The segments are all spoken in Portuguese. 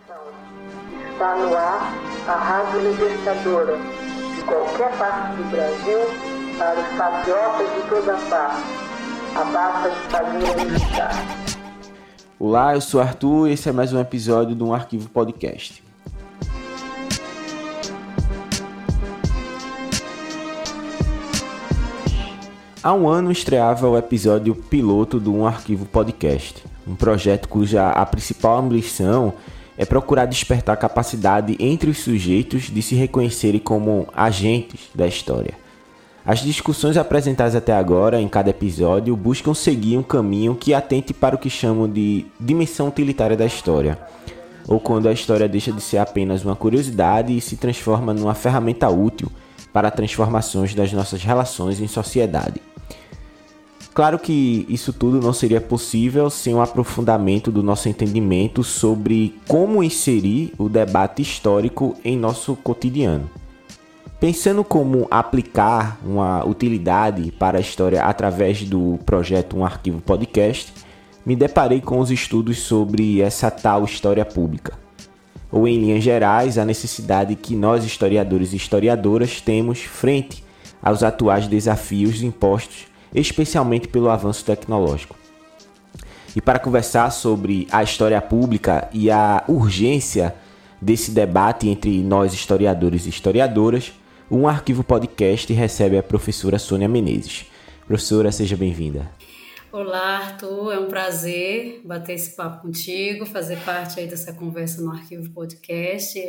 Está no ar a Rádio Libertadora, de qualquer parte do Brasil, para os patriotas de toda parte. A basta de fazer militar. Olá, eu sou Arthur e esse é mais um episódio do Arquivo Podcast. Há um ano estreava o episódio piloto do Arquivo Podcast, um projeto cuja a principal ambição é procurar despertar a capacidade entre os sujeitos de se reconhecerem como agentes da história. As discussões apresentadas até agora em cada episódio buscam seguir um caminho que atente para o que chamam de dimensão utilitária da história, ou quando a história deixa de ser apenas uma curiosidade e se transforma numa ferramenta útil para transformações das nossas relações em sociedade. Claro que isso tudo não seria possível sem um aprofundamento do nosso entendimento sobre como inserir o debate histórico em nosso cotidiano. Pensando como aplicar uma utilidade para a história através do projeto Um Arquivo Podcast, me deparei com os estudos sobre essa tal história pública, ou em linhas gerais, a necessidade que nós historiadores e historiadoras temos frente aos atuais desafios impostos especialmente pelo avanço tecnológico. E para conversar sobre a história pública e a urgência desse debate entre nós historiadores e historiadoras, Um Arquivo Podcast recebe a professora Sônia Menezes. Professora, seja bem-vinda. Olá, Arthur, é um prazer bater esse papo contigo, fazer parte aí dessa conversa no Arquivo Podcast.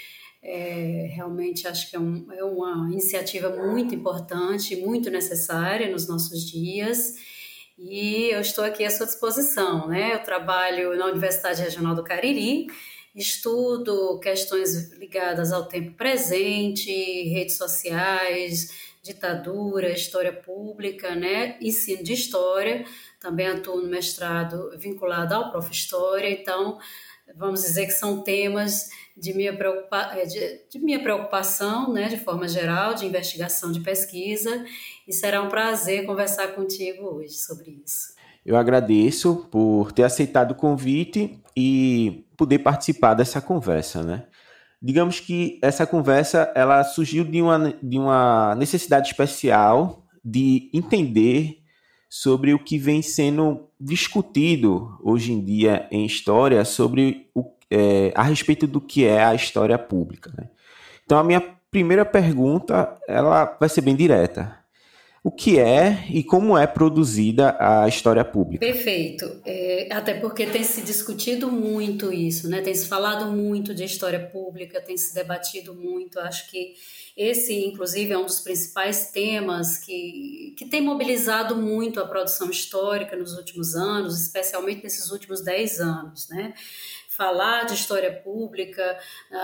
Realmente acho que é uma iniciativa muito importante, muito necessária nos nossos dias, e eu estou aqui à sua disposição, né? Eu trabalho na Universidade Regional do Cariri, estudo questões ligadas ao tempo presente, redes sociais, ditadura, história pública, né? Ensino de história, também atuo no mestrado vinculado ao Prof. História, então vamos dizer que são temas de minha preocupação, né, de forma geral, de investigação, de pesquisa, e será um prazer conversar contigo hoje sobre isso. Eu agradeço por ter aceitado o convite e poder participar dessa conversa, né? Digamos que essa conversa ela surgiu de uma necessidade especial de entender sobre o que vem sendo discutido hoje em dia em história sobre a respeito do que é a história pública, né? Então, a minha primeira pergunta ela vai ser bem direta. O que é e como é produzida a história pública? Perfeito. Até porque tem se discutido muito isso, né? Tem se falado muito de história pública, tem se debatido muito. Acho que esse, inclusive, é um dos principais temas que tem mobilizado muito a produção histórica nos últimos anos, especialmente nesses últimos 10 anos, né? Falar de história pública,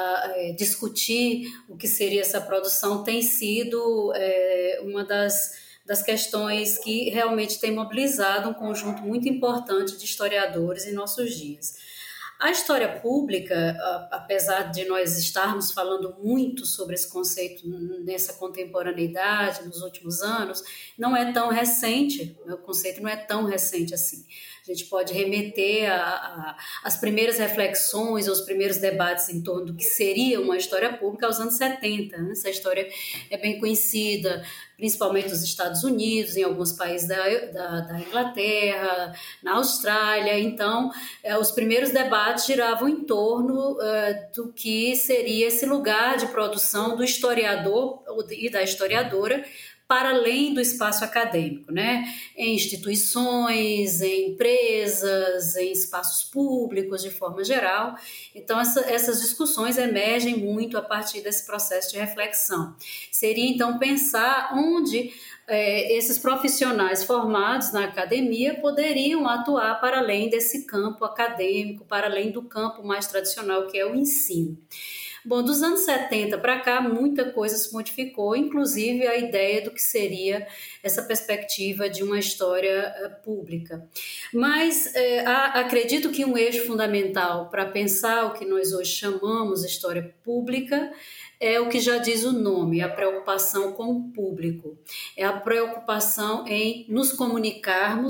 discutir o que seria essa produção tem sido uma das questões que realmente tem mobilizado um conjunto muito importante de historiadores em nossos dias. A história pública, apesar de nós estarmos falando muito sobre esse conceito nessa contemporaneidade, nos últimos anos, não é tão recente, o conceito não é tão recente assim. A gente pode remeter às primeiras reflexões, aos primeiros debates em torno do que seria uma história pública aos anos 70. Né? Essa história é bem conhecida, principalmente nos Estados Unidos, em alguns países da Inglaterra, na Austrália. Então, os primeiros debates giravam em torno do que seria esse lugar de produção do historiador e da historiadora para além do espaço acadêmico, né? Em instituições, em empresas, em espaços públicos, de forma geral. Então, essas discussões emergem muito a partir desse processo de reflexão. Seria, então, pensar onde esses profissionais formados na academia poderiam atuar para além desse campo acadêmico, para além do campo mais tradicional, que é o ensino. Bom, dos anos 70 para cá, muita coisa se modificou, inclusive a ideia do que seria essa perspectiva de uma história pública. Mas acredito que um eixo fundamental para pensar o que nós hoje chamamos de história pública é o que já diz o nome, a preocupação com o público. É a preocupação em nos comunicarmos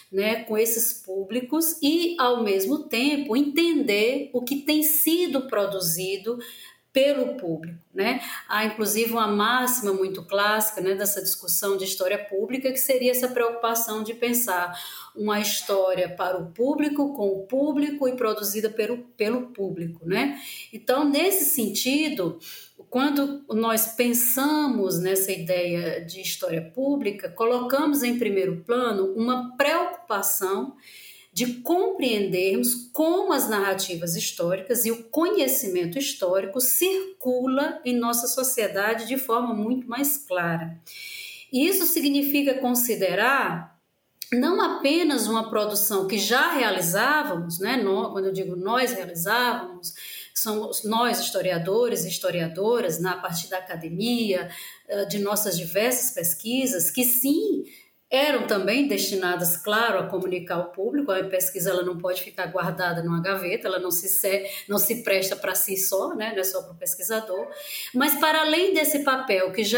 né, com esses públicos e, ao mesmo tempo, entender o que tem sido produzido pelo público, né? Há inclusive uma máxima muito clássica, né, dessa discussão de história pública, que seria essa preocupação de pensar uma história para o público, com o público e produzida pelo público, né? Então, nesse sentido, quando nós pensamos nessa ideia de história pública, colocamos em primeiro plano uma preocupação de compreendermos como as narrativas históricas e o conhecimento histórico circula em nossa sociedade de forma muito mais clara. E isso significa considerar não apenas uma produção que já realizávamos, né? Quando eu digo nós realizávamos, somos nós historiadores e historiadoras, a partir da academia, de nossas diversas pesquisas, que sim, eram também destinadas, claro, a comunicar ao público. A pesquisa ela não pode ficar guardada numa gaveta, ela não se presta para si só, né? Não é só para o pesquisador. Mas, para além desse papel que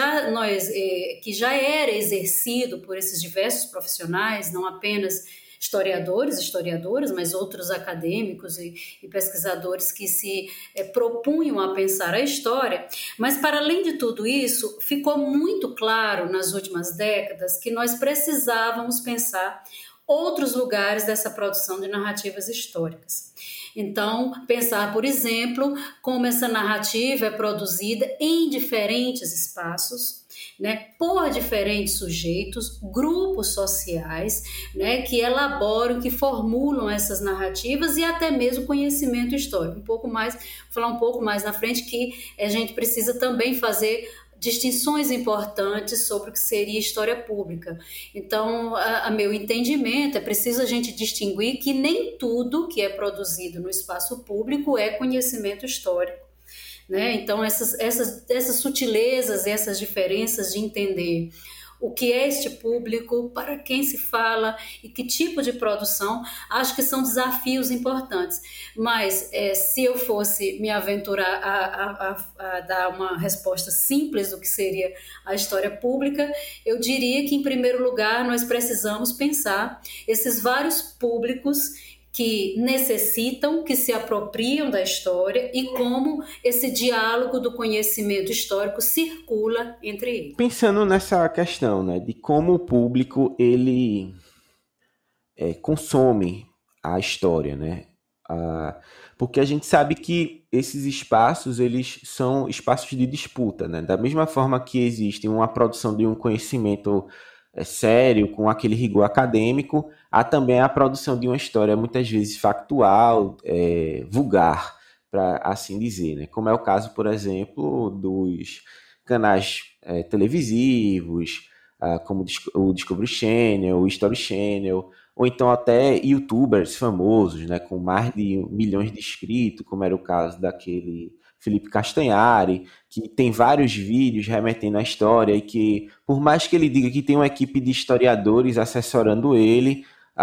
já era exercido por esses diversos profissionais, não apenas historiadores, historiadoras, mas outros acadêmicos e pesquisadores que se propunham a pensar a história. Mas, para além de tudo isso, ficou muito claro nas últimas décadas que nós precisávamos pensar outros lugares dessa produção de narrativas históricas. Então, pensar, por exemplo, como essa narrativa é produzida em diferentes espaços, né, por diferentes sujeitos, grupos sociais, né, que elaboram, que formulam essas narrativas e até mesmo conhecimento histórico. Vou falar um pouco mais na frente que a gente precisa também fazer distinções importantes sobre o que seria história pública. Então, a meu entendimento, é preciso a gente distinguir que nem tudo que é produzido no espaço público é conhecimento histórico, né? Então, essas sutilezas, essas diferenças de entender o que é este público, para quem se fala e que tipo de produção, acho que são desafios importantes. Mas se eu fosse me aventurar a dar uma resposta simples do que seria a história pública, eu diria que, em primeiro lugar, nós precisamos pensar esses vários públicos que necessitam, que se apropriam da história e como esse diálogo do conhecimento histórico circula entre eles. Pensando nessa questão, né, de como o público ele consome a história, né? Porque a gente sabe que esses espaços eles são espaços de disputa, né? Da mesma forma que existe uma produção de um conhecimento sério, com aquele rigor acadêmico, há também a produção de uma história muitas vezes factual, vulgar, para assim dizer, né? Como é o caso, por exemplo, dos canais televisivos, como o Discovery Channel, o History Channel, ou então até youtubers famosos, né, com mais de milhões de inscritos, como era o caso daquele Felipe Castanhari, que tem vários vídeos remetendo à história e que, por mais que ele diga que tem uma equipe de historiadores assessorando ele,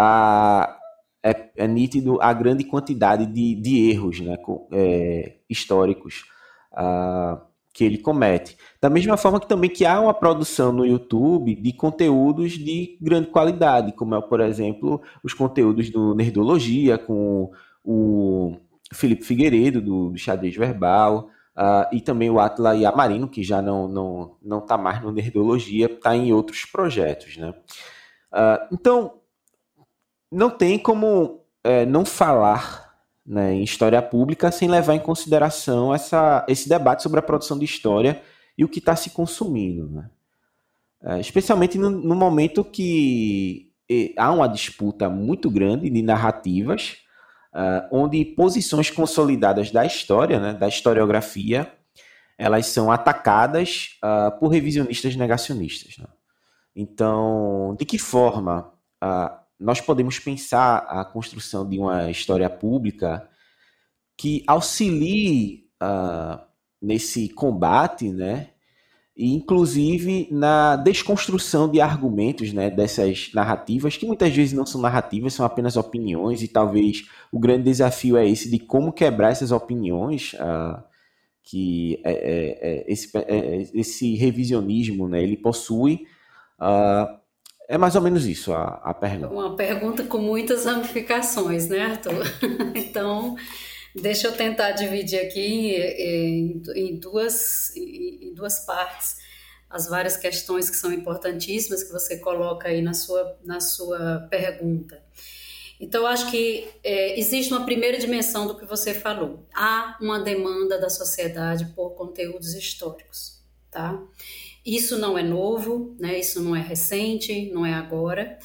é nítido a grande quantidade de erros, né, históricos que ele comete. Da mesma forma que também que há uma produção no YouTube de conteúdos de grande qualidade, como é, por exemplo, os conteúdos do Nerdologia, com o Felipe Figueiredo, do Xadrez Verbal, e também o Átila Yamarino, que já não está mais no Nerdologia, está em outros projetos, né? Então, não tem como não falar, né, em história pública sem levar em consideração esse debate sobre a produção de história e o que está se consumindo, né? Especialmente no momento que há uma disputa muito grande de narrativas, onde posições consolidadas da história, né, da historiografia, elas são atacadas por revisionistas negacionistas, né? Então, de que forma nós podemos pensar a construção de uma história pública que auxilie nesse combate, né, e inclusive na desconstrução de argumentos, né, dessas narrativas, que muitas vezes não são narrativas, são apenas opiniões, e talvez o grande desafio é esse de como quebrar essas opiniões, que esse revisionismo, né, ele possui, É mais ou menos isso a pergunta. Uma pergunta com muitas ramificações, né, Arthur? Então, deixa eu tentar dividir aqui em duas partes as várias questões que são importantíssimas que você coloca aí na sua pergunta. Então, eu acho que existe uma primeira dimensão do que você falou. Há uma demanda da sociedade por conteúdos históricos, tá? Isso não é novo, né? Isso não é recente, não é agora.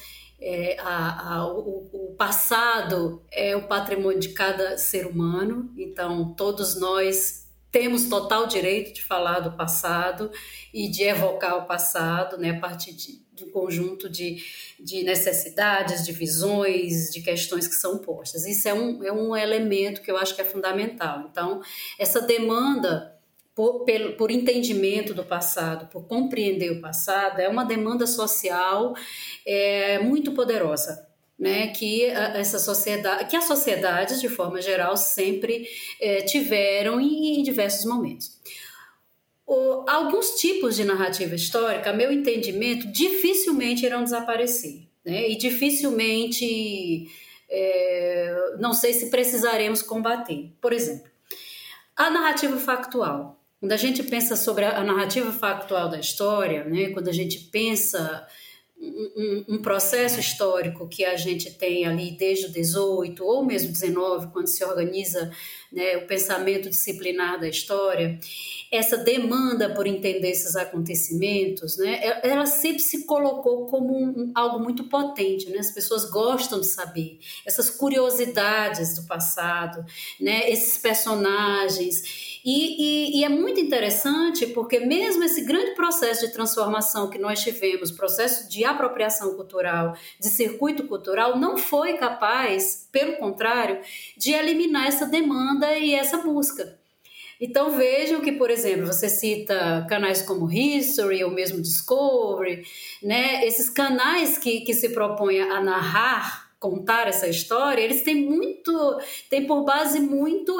O passado é o patrimônio de cada ser humano, então todos nós temos total direito de falar do passado e de evocar o passado, né, a partir de um conjunto de necessidades, de visões, de questões que são postas. Isso é um elemento que eu acho que é fundamental. Então, essa demanda por entendimento do passado, por compreender o passado, é uma demanda social muito poderosa, né, que as sociedades, de forma geral, sempre tiveram em diversos momentos. Alguns tipos de narrativa histórica, a meu entendimento, dificilmente irão desaparecer, né, e dificilmente, não sei se precisaremos combater. Por exemplo, a narrativa factual. Quando a gente pensa sobre a narrativa factual da história, né, quando a gente pensa um processo histórico que a gente tem ali desde o 18 ou mesmo 19, quando se organiza, né, o pensamento disciplinar da história, essa demanda por entender esses acontecimentos, né, ela sempre se colocou como algo muito potente, né? As pessoas gostam de saber essas curiosidades do passado, né, esses personagens. E é muito interessante porque mesmo esse grande processo de transformação que nós tivemos, processo de apropriação cultural, de circuito cultural, não foi capaz, pelo contrário, de eliminar essa demanda e essa busca. Então vejam que, por exemplo, você cita canais como History ou mesmo Discovery, né? Esses canais que se propõem a narrar, contar essa história, eles têm por base muito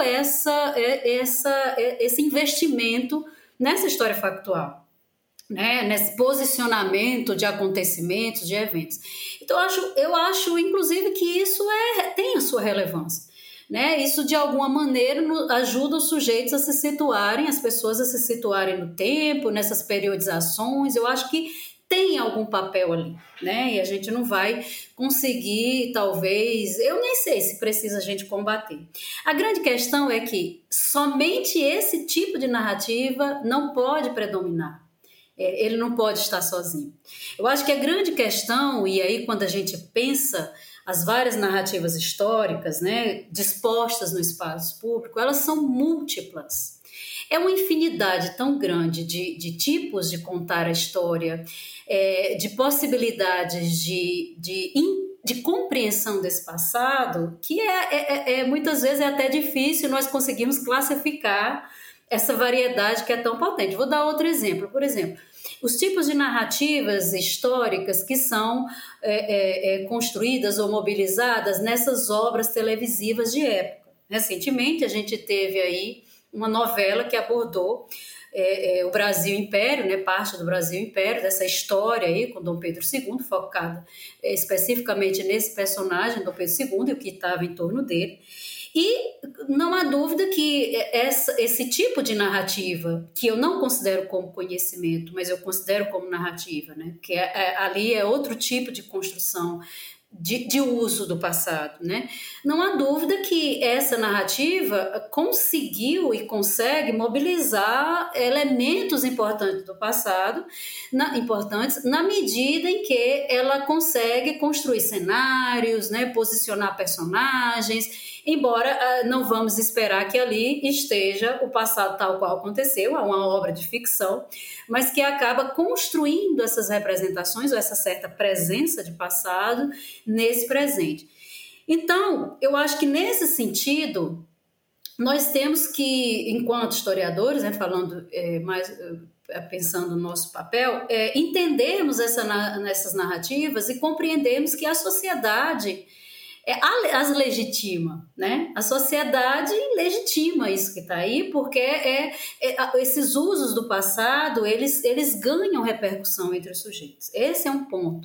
esse investimento nessa história factual, né? Nesse posicionamento de acontecimentos, de eventos. Então eu acho inclusive que isso tem a sua relevância, né? Isso de alguma maneira ajuda os sujeitos a se situarem, as pessoas a se situarem no tempo, nessas periodizações. Eu acho que tem algum papel ali, né? E a gente não vai conseguir, talvez, eu nem sei se precisa a gente combater. A grande questão é que somente esse tipo de narrativa não pode predominar. Ele não pode estar sozinho. Eu acho que a grande questão, e aí quando a gente pensa as várias narrativas históricas, né, dispostas no espaço público, elas são múltiplas. É uma infinidade tão grande de tipos de contar a história, de possibilidades de compreensão desse passado, que muitas vezes é até difícil nós conseguirmos classificar essa variedade que é tão potente. Vou dar outro exemplo. Por exemplo, os tipos de narrativas históricas que são construídas ou mobilizadas nessas obras televisivas de época. Recentemente, a gente teve aí uma novela que abordou o Brasil Império, né, parte do Brasil Império, dessa história aí com Dom Pedro II, focada especificamente nesse personagem, Dom Pedro II, e o que estava em torno dele. E não há dúvida que esse tipo de narrativa, que eu não considero como conhecimento, mas eu considero como narrativa, né, que ali é outro tipo de construção de uso do passado, né? Não há dúvida que essa narrativa conseguiu e consegue mobilizar elementos importantes do passado, importantes na medida em que ela consegue construir cenários, né, posicionar personagens, embora não vamos esperar que ali esteja o passado tal qual aconteceu, é uma obra de ficção, mas que acaba construindo essas representações ou essa certa presença de passado nesse presente. Então, eu acho que nesse sentido, nós temos que, enquanto historiadores, né, falando pensando no nosso papel, entendermos essas narrativas e compreendermos que a sociedade as legitima, né? A sociedade legitima isso que está aí, porque esses usos do passado, eles ganham repercussão entre os sujeitos. Esse é um ponto,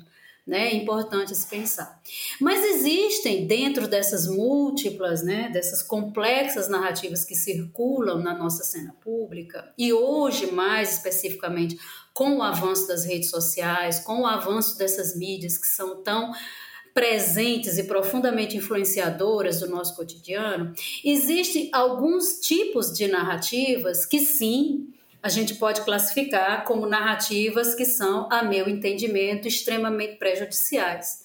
né? É importante se pensar. Mas existem, dentro dessas múltiplas, né, dessas complexas narrativas que circulam na nossa cena pública, e hoje, mais especificamente, com o avanço das redes sociais, com o avanço dessas mídias que são tão presentes e profundamente influenciadoras do nosso cotidiano, existem alguns tipos de narrativas que, sim, a gente pode classificar como narrativas que são, a meu entendimento, extremamente prejudiciais,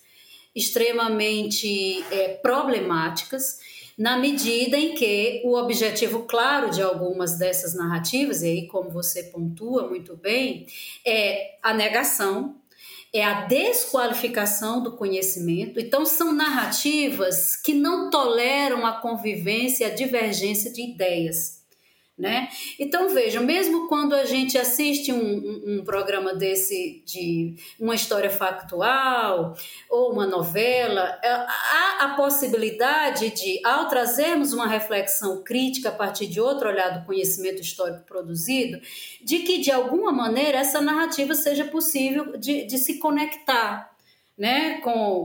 extremamente problemáticas, na medida em que o objetivo claro de algumas dessas narrativas, e aí como você pontua muito bem, é a negação, é a desqualificação do conhecimento. Então, são narrativas que não toleram a convivência e a divergência de ideias, né? Então, vejam, mesmo quando a gente assiste um programa desse, de uma história factual ou uma novela, há a possibilidade de, ao trazermos uma reflexão crítica a partir de outro olhar do conhecimento histórico produzido, de que, de alguma maneira, essa narrativa seja possível de se conectar, né,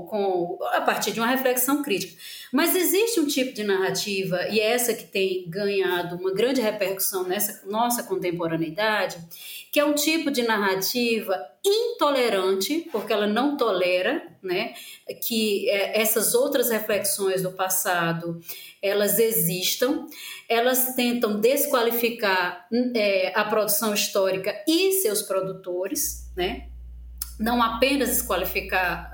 a partir de uma reflexão crítica. Mas existe um tipo de narrativa, e é essa que tem ganhado uma grande repercussão nessa nossa contemporaneidade, que é um tipo de narrativa intolerante, porque ela não tolera, né, que essas outras reflexões do passado elas existam, elas tentam desqualificar a produção histórica e seus produtores, né? Não apenas desqualificar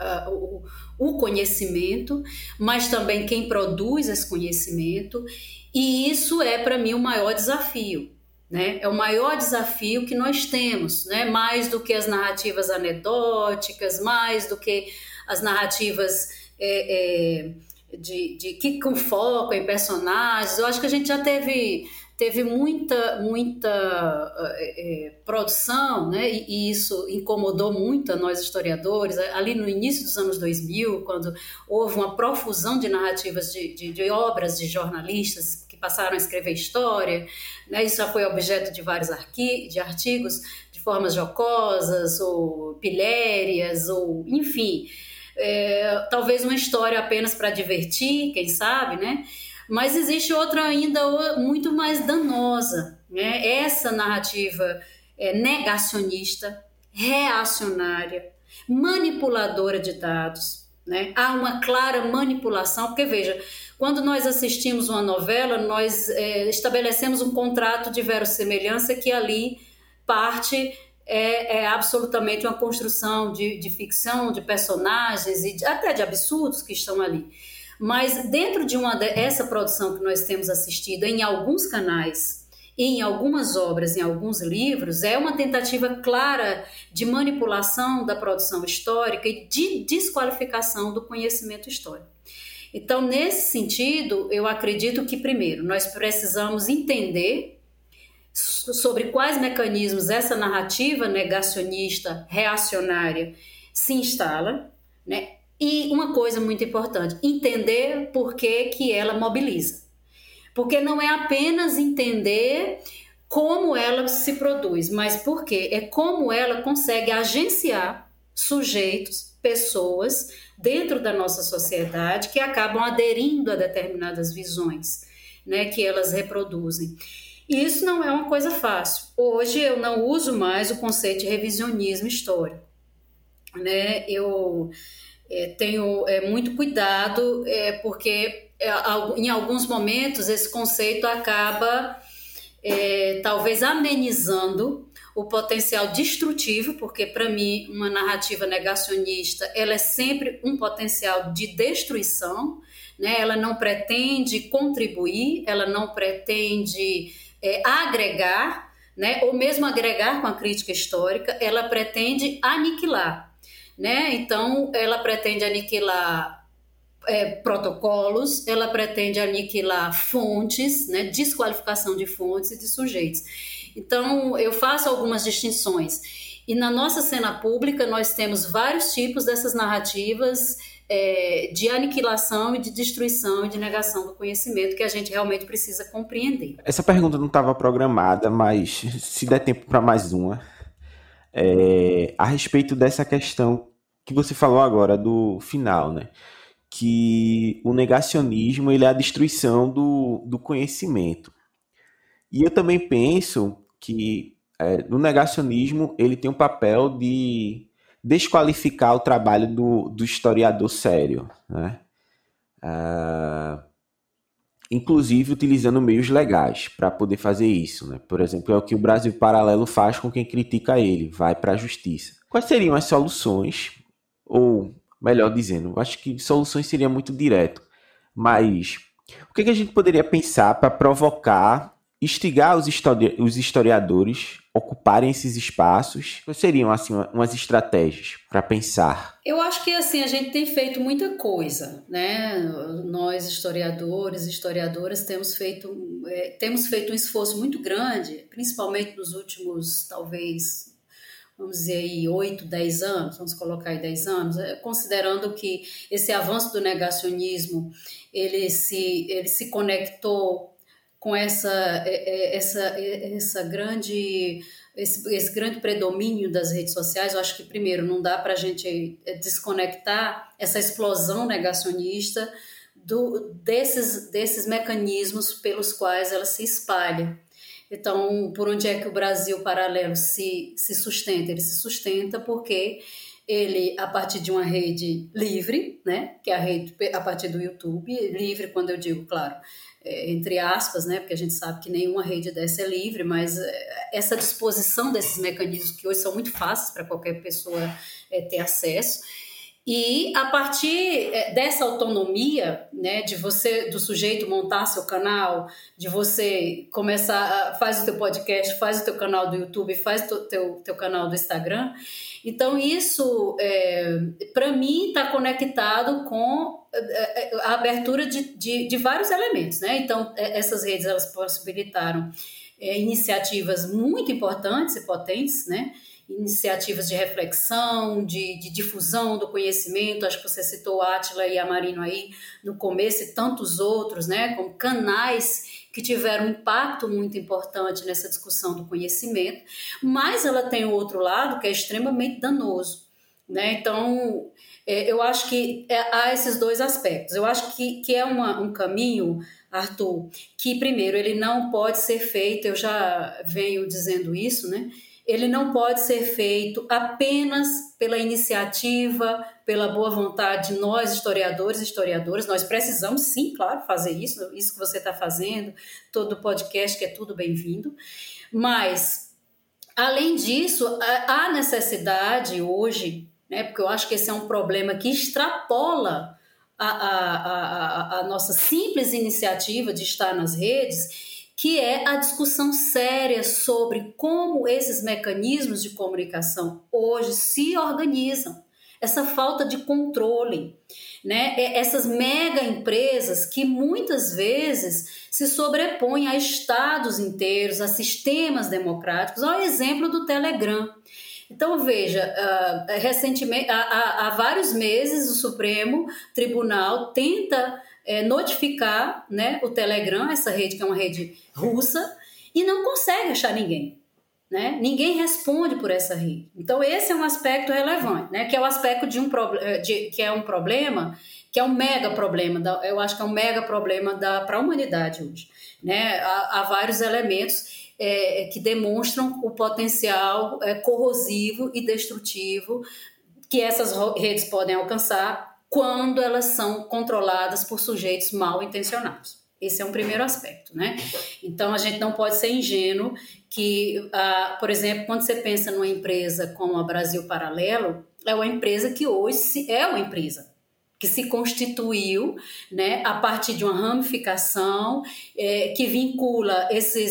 o conhecimento, mas também quem produz esse conhecimento, e isso é, para mim, o maior desafio, né? É o maior desafio que nós temos, né? Mais do que as narrativas anedóticas, mais do que as narrativas que com foco em personagens. Eu acho que a gente já teve muita produção, né? E isso incomodou muito a nós historiadores, ali no início dos anos 2000, quando houve uma profusão de narrativas de obras de jornalistas que passaram a escrever história, né? Isso já foi objeto de vários artigos, de formas jocosas ou pilhérias, ou enfim, talvez uma história apenas para divertir, quem sabe, né? Mas existe outra ainda muito mais danosa, né? Essa narrativa negacionista, reacionária, manipuladora de dados, né? Há uma clara manipulação, porque veja, quando nós assistimos uma novela, nós estabelecemos um contrato de verossimilhança que ali parte é absolutamente uma construção de ficção, de personagens e até de absurdos que estão ali. Mas dentro de essa produção que nós temos assistido em alguns canais, em algumas obras, em alguns livros, é uma tentativa clara de manipulação da produção histórica e de desqualificação do conhecimento histórico. Então, nesse sentido, eu acredito que, primeiro, nós precisamos entender sobre quais mecanismos essa narrativa negacionista, reacionária, se instala, né? E uma coisa muito importante, entender por que ela mobiliza. Porque não é apenas entender como ela se produz, mas por quê? É como ela consegue agenciar sujeitos, pessoas dentro da nossa sociedade que acabam aderindo a determinadas visões, né, que elas reproduzem. E isso não é uma coisa fácil. Hoje eu não uso mais o conceito de revisionismo histórico, né? Eu tenho muito cuidado, porque em alguns momentos esse conceito acaba talvez amenizando o potencial destrutivo, porque para mim uma narrativa negacionista ela é sempre um potencial de destruição, né? Ela não pretende contribuir, ela não pretende agregar, né? Ou mesmo agregar com a crítica histórica, ela pretende aniquilar. Né? Então, ela pretende aniquilar protocolos, ela pretende aniquilar fontes, né? Desqualificação de fontes e de sujeitos. Então, eu faço algumas distinções. E na nossa cena pública, nós temos vários tipos dessas narrativas de aniquilação e de destruição e de negação do conhecimento que a gente realmente precisa compreender. Essa pergunta não estava programada, mas se der tempo para mais uma. A respeito dessa questão que você falou agora do final, né? Que o negacionismo ele é a destruição do conhecimento. E eu também penso que no negacionismo ele tem um papel de desqualificar o trabalho do historiador sério, né? Inclusive utilizando meios legais para poder fazer isso, né? Por exemplo, é o que o Brasil Paralelo faz com quem critica ele, vai para a justiça. Quais seriam as soluções? Ou, melhor dizendo, acho que soluções seria muito direto, mas o que a gente poderia pensar para provocar, instigar os historiadores a ocuparem esses espaços? Quais seriam assim, umas estratégias para pensar? Eu acho que assim, a gente tem feito muita coisa, né? Nós, historiadores, historiadoras, temos feito um esforço muito grande, principalmente nos últimos, talvez, vamos dizer aí, 8, 10 anos, vamos colocar aí 10 anos, considerando que esse avanço do negacionismo, ele se conectou com esse grande predomínio das redes sociais. Eu acho que, primeiro, não dá para a gente desconectar essa explosão negacionista desses mecanismos pelos quais ela se espalha. Então, por onde é que o Brasil Paralelo se sustenta? Ele se sustenta porque ele, a partir de uma rede livre, né, que é a rede a partir do YouTube, livre quando eu digo, claro, entre aspas, né, porque a gente sabe que nenhuma rede dessa é livre, mas essa disposição desses mecanismos que hoje são muito fáceis para qualquer pessoa ter acesso. E a partir dessa autonomia, né, do sujeito montar seu canal, de você começar, faz o teu podcast, faz o teu canal do YouTube, faz o teu canal do Instagram. Então isso, para mim, está conectado com a abertura de vários elementos, né? Então essas redes, elas possibilitaram iniciativas muito importantes e potentes, né? Iniciativas de reflexão, de difusão do conhecimento. Acho que você citou a Átila e a Marino aí no começo, e tantos outros, né, como canais que tiveram um impacto muito importante nessa discussão do conhecimento, mas ela tem o outro lado que é extremamente danoso, né? Então, eu acho que há esses dois aspectos. Eu acho que é um caminho, Arthur, que primeiro ele não pode ser feito, eu já venho dizendo isso, né? Ele não pode ser feito apenas pela iniciativa, pela boa vontade de nós, historiadores e historiadoras. Nós precisamos, sim, claro, fazer isso que você está fazendo, todo podcast, que é tudo bem-vindo. Mas, além disso, há necessidade hoje, né, porque eu acho que esse é um problema que extrapola a nossa simples iniciativa de estar nas redes, que é a discussão séria sobre como esses mecanismos de comunicação hoje se organizam, essa falta de controle, né? Essas mega empresas que muitas vezes se sobrepõem a estados inteiros, a sistemas democráticos, ao exemplo do Telegram. Então, veja, recentemente, há vários meses, o Supremo Tribunal tenta notificar, né, o Telegram, essa rede que é uma rede russa, e não consegue achar ninguém, né? Ninguém responde por essa rede. Então, esse é um aspecto relevante, né, que é o aspecto que é um problema, que é um mega problema, eu acho que é um mega problema para a humanidade hoje, né? Há vários elementos que demonstram o potencial corrosivo e destrutivo que essas redes podem alcançar quando elas são controladas por sujeitos mal intencionados. Esse é um primeiro aspecto, né? Então, a gente não pode ser ingênuo que, por exemplo, quando você pensa numa empresa como a Brasil Paralelo, é uma empresa que hoje é uma empresa que se constituiu, né, a partir de uma ramificação que vincula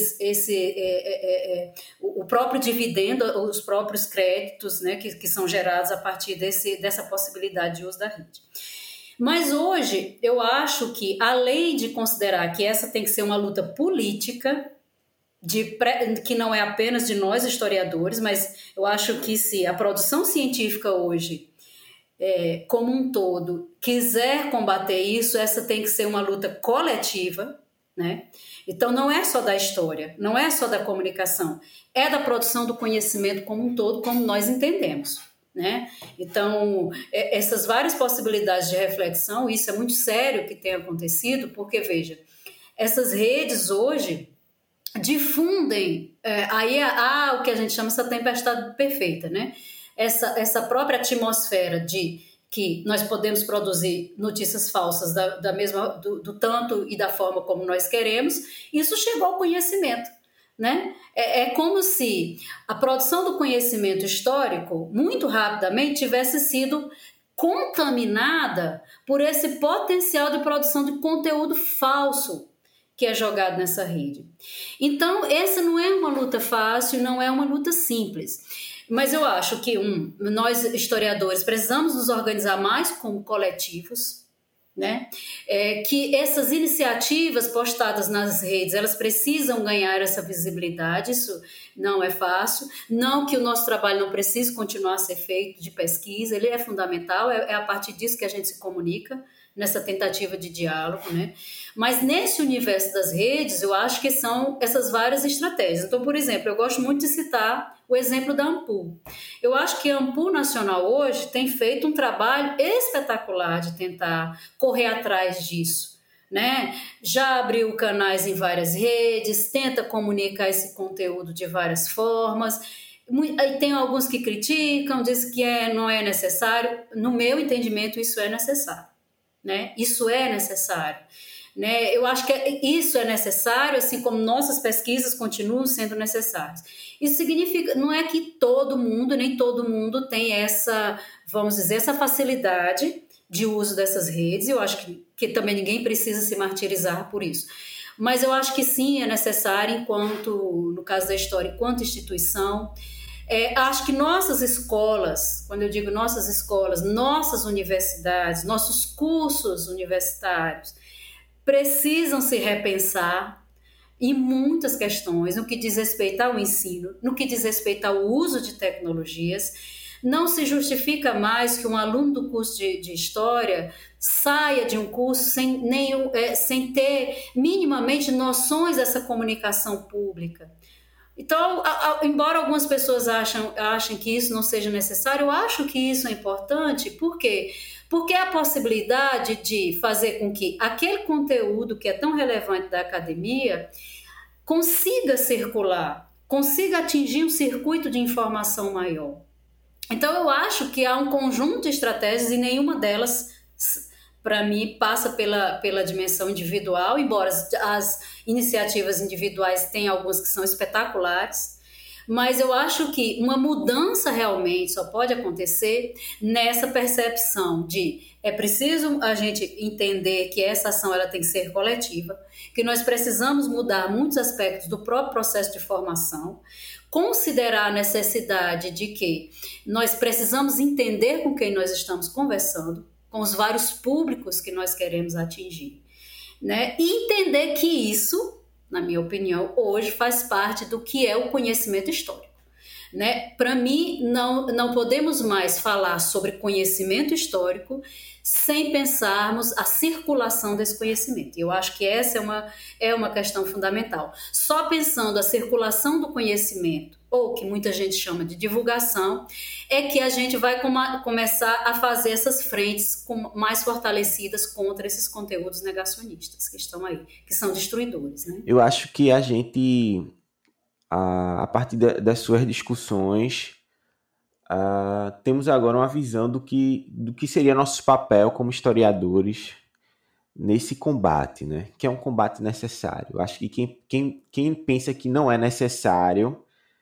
o próprio dividendo, os próprios créditos, né, que são gerados a partir dessa possibilidade de uso da rede. Mas hoje eu acho que, além de considerar que essa tem que ser uma luta política, que não é apenas de nós historiadores, mas eu acho que se a produção científica hoje como um todo, quiser combater isso, essa tem que ser uma luta coletiva, né? Então, não é só da história, não é só da comunicação, é da produção do conhecimento como um todo, como nós entendemos, né? Então, essas várias possibilidades de reflexão, isso é muito sério que tem acontecido, porque, veja, essas redes hoje difundem, aí há o que a gente chama essa tempestade perfeita, né? Essa própria atmosfera de que nós podemos produzir notícias falsas do tanto e da forma como nós queremos, isso chegou ao conhecimento, né? É como se a produção do conhecimento histórico, muito rapidamente, tivesse sido contaminada por esse potencial de produção de conteúdo falso que é jogado nessa rede. Então, essa não é uma luta fácil, não é uma luta simples. Mas eu acho que, nós historiadores precisamos nos organizar mais como coletivos, né? Que essas iniciativas postadas nas redes, elas precisam ganhar essa visibilidade, isso não é fácil, não que o nosso trabalho não precise continuar a ser feito de pesquisa, ele é fundamental, é a partir disso que a gente se comunica, nessa tentativa de diálogo, né? Mas nesse universo das redes, eu acho que são essas várias estratégias. Então, por exemplo, eu gosto muito de citar o exemplo da Ampul. Eu acho que a Ampul Nacional hoje tem feito um trabalho espetacular de tentar correr atrás disso, né? Já abriu canais em várias redes, tenta comunicar esse conteúdo de várias formas. Aí tem alguns que criticam, dizem que não é necessário. No meu entendimento, isso é necessário, né? Isso é necessário, né? Eu acho que isso é necessário, assim como nossas pesquisas continuam sendo necessárias. Isso significa, não é que todo mundo, nem todo mundo tem essa, vamos dizer, essa facilidade de uso dessas redes. Eu acho que também ninguém precisa se martirizar por isso. Mas eu acho que sim, é necessário, enquanto, no caso da história, enquanto instituição. Acho que nossas escolas, quando eu digo nossas escolas, nossas universidades, nossos cursos universitários, precisam se repensar em muitas questões, no que diz respeito ao ensino, no que diz respeito ao uso de tecnologias. Não se justifica mais que um aluno do curso de História saia de um curso sem ter minimamente noções dessa comunicação pública. Então, embora algumas pessoas achem que isso não seja necessário, eu acho que isso é importante. Por quê? Porque é a possibilidade de fazer com que aquele conteúdo que é tão relevante da academia consiga circular, consiga atingir um circuito de informação maior. Então, eu acho que há um conjunto de estratégias e nenhuma delas, para mim, passa pela dimensão individual, embora as iniciativas individuais tenham algumas que são espetaculares, mas eu acho que uma mudança realmente só pode acontecer nessa percepção de é preciso a gente entender que essa ação ela tem que ser coletiva, que nós precisamos mudar muitos aspectos do próprio processo de formação, considerar a necessidade de que nós precisamos entender com quem nós estamos conversando, com os vários públicos que nós queremos atingir, né? E entender que isso, na minha opinião, hoje faz parte do que é o conhecimento histórico, né? Para mim, não podemos mais falar sobre conhecimento histórico sem pensarmos a circulação desse conhecimento. E eu acho que essa é uma questão fundamental. Só pensando a circulação do conhecimento, ou que muita gente chama de divulgação, é que a gente vai começar a fazer essas frentes mais fortalecidas contra esses conteúdos negacionistas que estão aí, que são destruidores, né? Eu acho que a gente, a partir das suas discussões, temos agora uma visão do que seria nosso papel como historiadores nesse combate, né? Que é um combate necessário. Eu acho que quem pensa que não é necessário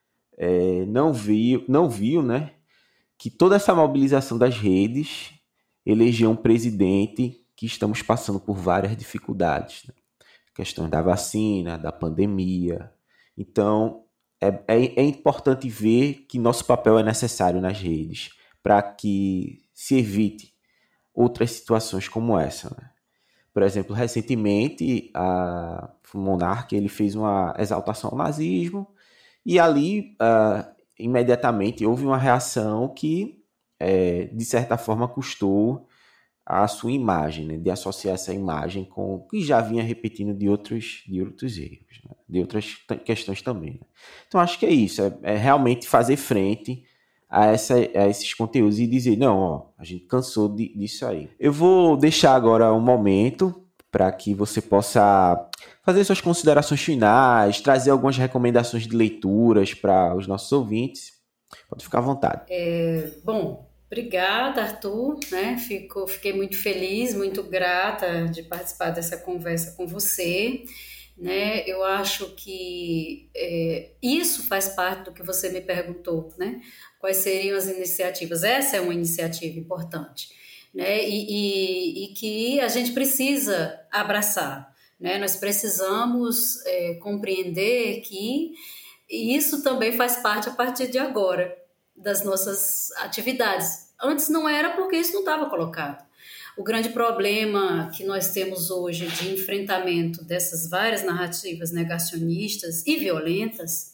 não viu, né, que toda essa mobilização das redes elegeu um presidente que estamos passando por várias dificuldades, né? Questões da vacina, da pandemia. Então, é importante ver que nosso papel é necessário nas redes para que se evite outras situações como essa, né? Por exemplo, recentemente, o Monark ele fez uma exaltação ao nazismo e ali, imediatamente, houve uma reação que, de certa forma, custou a sua imagem, né? De associar essa imagem com o que já vinha repetindo de outros erros, né? De outras questões também, né? Então, acho que é isso, é realmente fazer frente a esses conteúdos e dizer, não, ó, a gente cansou disso aí. Eu vou deixar agora um momento para que você possa fazer suas considerações finais, trazer algumas recomendações de leituras para os nossos ouvintes. Pode ficar à vontade. Bom, obrigada, Arthur, né? Fiquei muito feliz, muito grata de participar dessa conversa com você, né? Eu acho que isso faz parte do que você me perguntou, né? Quais seriam as iniciativas? Essa é uma iniciativa importante, né? E que a gente precisa abraçar, né? Nós precisamos compreender que isso também faz parte a partir de agora das nossas atividades. Antes não era porque isso não estava colocado. O grande problema que nós temos hoje de enfrentamento dessas várias narrativas negacionistas e violentas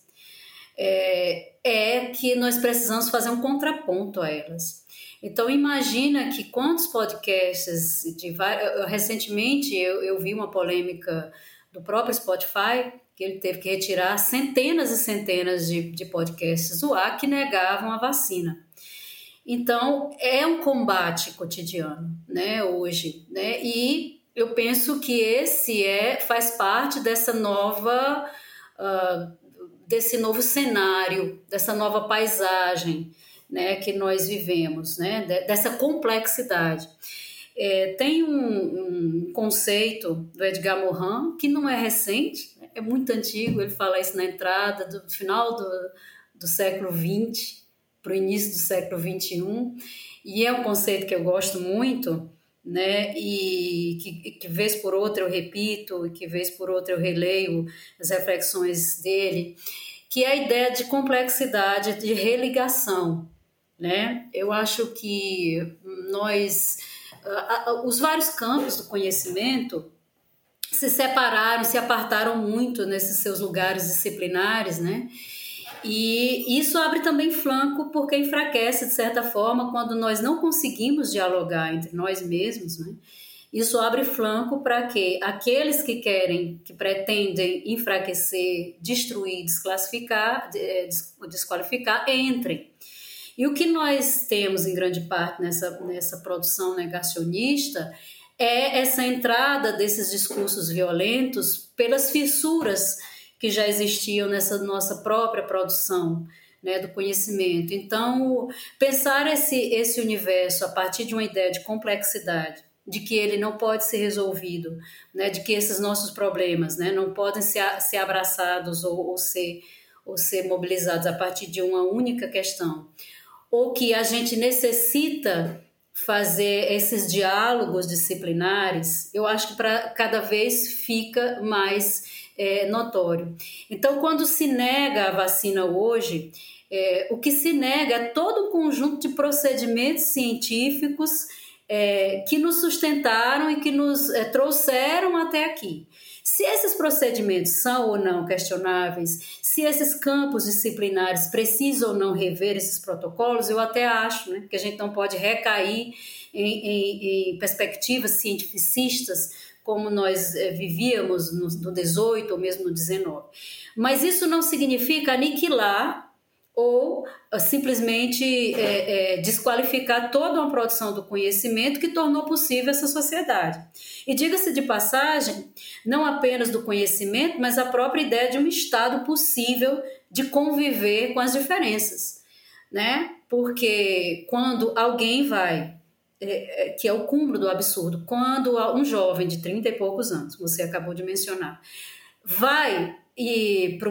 é que nós precisamos fazer um contraponto a elas. Então, imagina que quantos podcasts, recentemente eu vi uma polêmica do próprio Spotify, que ele teve que retirar centenas e centenas de podcasts do ar que negavam a vacina. Então, é um combate cotidiano, né, hoje, né? E eu penso que esse faz parte dessa desse novo cenário, dessa nova paisagem, né, que nós vivemos, né, dessa complexidade. Tem um conceito do Edgar Morin que não é recente, né, é muito antigo, ele fala isso na entrada do final do século XX para o início do século XXI, e é um conceito que eu gosto muito, né, e que vez por outra eu repito, e que vez por outra eu releio as reflexões dele, que é a ideia de complexidade, de religação, né? Eu acho que os vários campos do conhecimento se separaram, se apartaram muito nesses seus lugares disciplinares, né? E isso abre também flanco porque enfraquece, de certa forma, quando nós não conseguimos dialogar entre nós mesmos, né? Isso abre flanco para que aqueles que pretendem enfraquecer, destruir, desqualificar, entrem. E o que nós temos, em grande parte, nessa produção negacionista é essa entrada desses discursos violentos pelas fissuras que já existiam nessa nossa própria produção, né, do conhecimento. Então, pensar esse universo a partir de uma ideia de complexidade, de que ele não pode ser resolvido, né, de que esses nossos problemas, né, não podem ser abraçados ou ser mobilizados a partir de uma única questão, ou que a gente necessita fazer esses diálogos disciplinares, eu acho que cada vez fica mais notório. Então, quando se nega a vacina hoje, o que se nega é todo um conjunto de procedimentos científicos que nos sustentaram e que nos trouxeram até aqui. Se esses procedimentos são ou não questionáveis, se esses campos disciplinares precisam ou não rever esses protocolos, eu até acho, né, que a gente não pode recair em perspectivas cientificistas como nós vivíamos no 18 ou mesmo no 19. Mas isso não significa aniquilar ou simplesmente desqualificar toda uma produção do conhecimento que tornou possível essa sociedade. E diga-se de passagem, não apenas do conhecimento, mas a própria ideia de um estado possível de conviver com as diferenças, né? Porque quando alguém vai, que é o cúmulo do absurdo, quando um jovem de 30 e poucos anos, você acabou de mencionar, vai para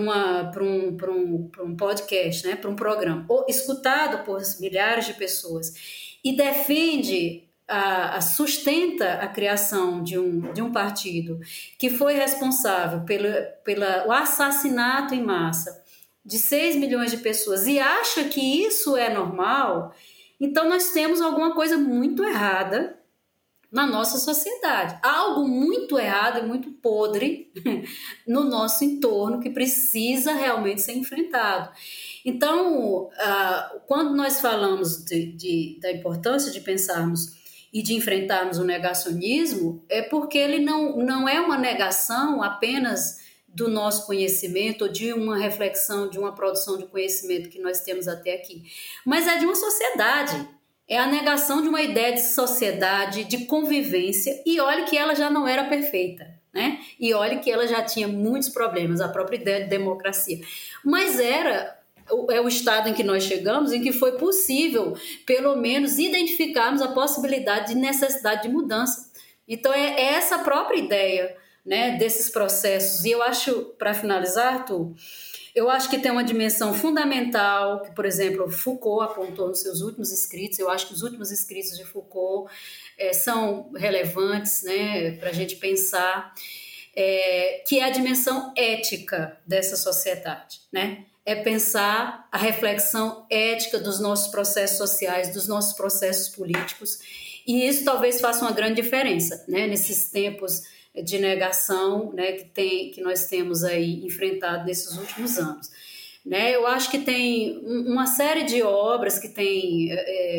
um podcast, né, para um programa, escutado por milhares de pessoas, e defende, sustenta a criação de um partido que foi responsável pelo assassinato em massa de 6 milhões de pessoas e acha que isso é normal, então nós temos alguma coisa muito errada na nossa sociedade. Algo muito errado e muito podre no nosso entorno que precisa realmente ser enfrentado. Então, quando nós falamos da importância de pensarmos e de enfrentarmos o negacionismo, é porque ele não é uma negação apenas do nosso conhecimento, ou de uma reflexão, de uma produção de conhecimento que nós temos até aqui, mas é de uma sociedade. É a negação de uma ideia de sociedade, de convivência, e olha que ela já não era perfeita, né? E olha que ela já tinha muitos problemas, a própria ideia de democracia. Mas é o estado em que nós chegamos, em que foi possível, pelo menos, identificarmos a possibilidade de necessidade de mudança. Então, é essa própria ideia, né, desses processos. E eu acho, para finalizar, Arthur, eu acho que tem uma dimensão fundamental, que, por exemplo, Foucault apontou nos seus últimos escritos. Eu acho que os últimos escritos de Foucault são relevantes, né, para a gente pensar, que é a dimensão ética dessa sociedade, né? É pensar a reflexão ética dos nossos processos sociais, dos nossos processos políticos, e isso talvez faça uma grande diferença, né, nesses tempos de negação, né, que nós temos aí enfrentado nesses últimos anos. Né? Eu acho que tem uma série de obras que têm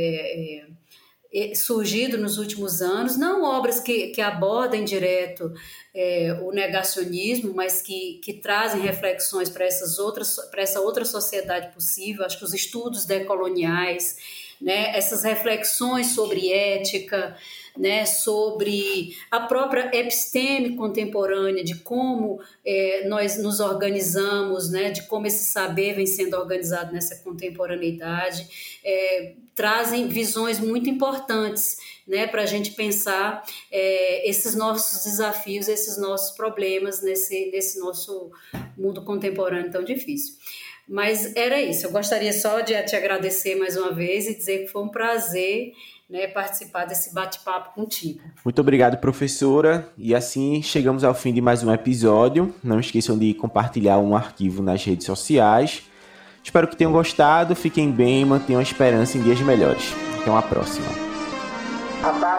surgido nos últimos anos, não obras que abordem direto o negacionismo, mas que trazem reflexões para essa outra sociedade possível. Acho que os estudos decoloniais, né, essas reflexões sobre ética, né, sobre a própria episteme contemporânea, de como nós nos organizamos, né, de como esse saber vem sendo organizado nessa contemporaneidade, trazem visões muito importantes, né, para a gente pensar esses nossos desafios, esses nossos problemas nesse nosso mundo contemporâneo tão difícil. Mas era isso, eu gostaria só de te agradecer mais uma vez e dizer que foi um prazer, né, participar desse bate-papo contigo. Muito obrigado, professora. E assim chegamos ao fim de mais um episódio. Não esqueçam de compartilhar um arquivo nas redes sociais. Espero que tenham gostado, fiquem bem e mantenham a esperança em dias melhores. Até uma próxima.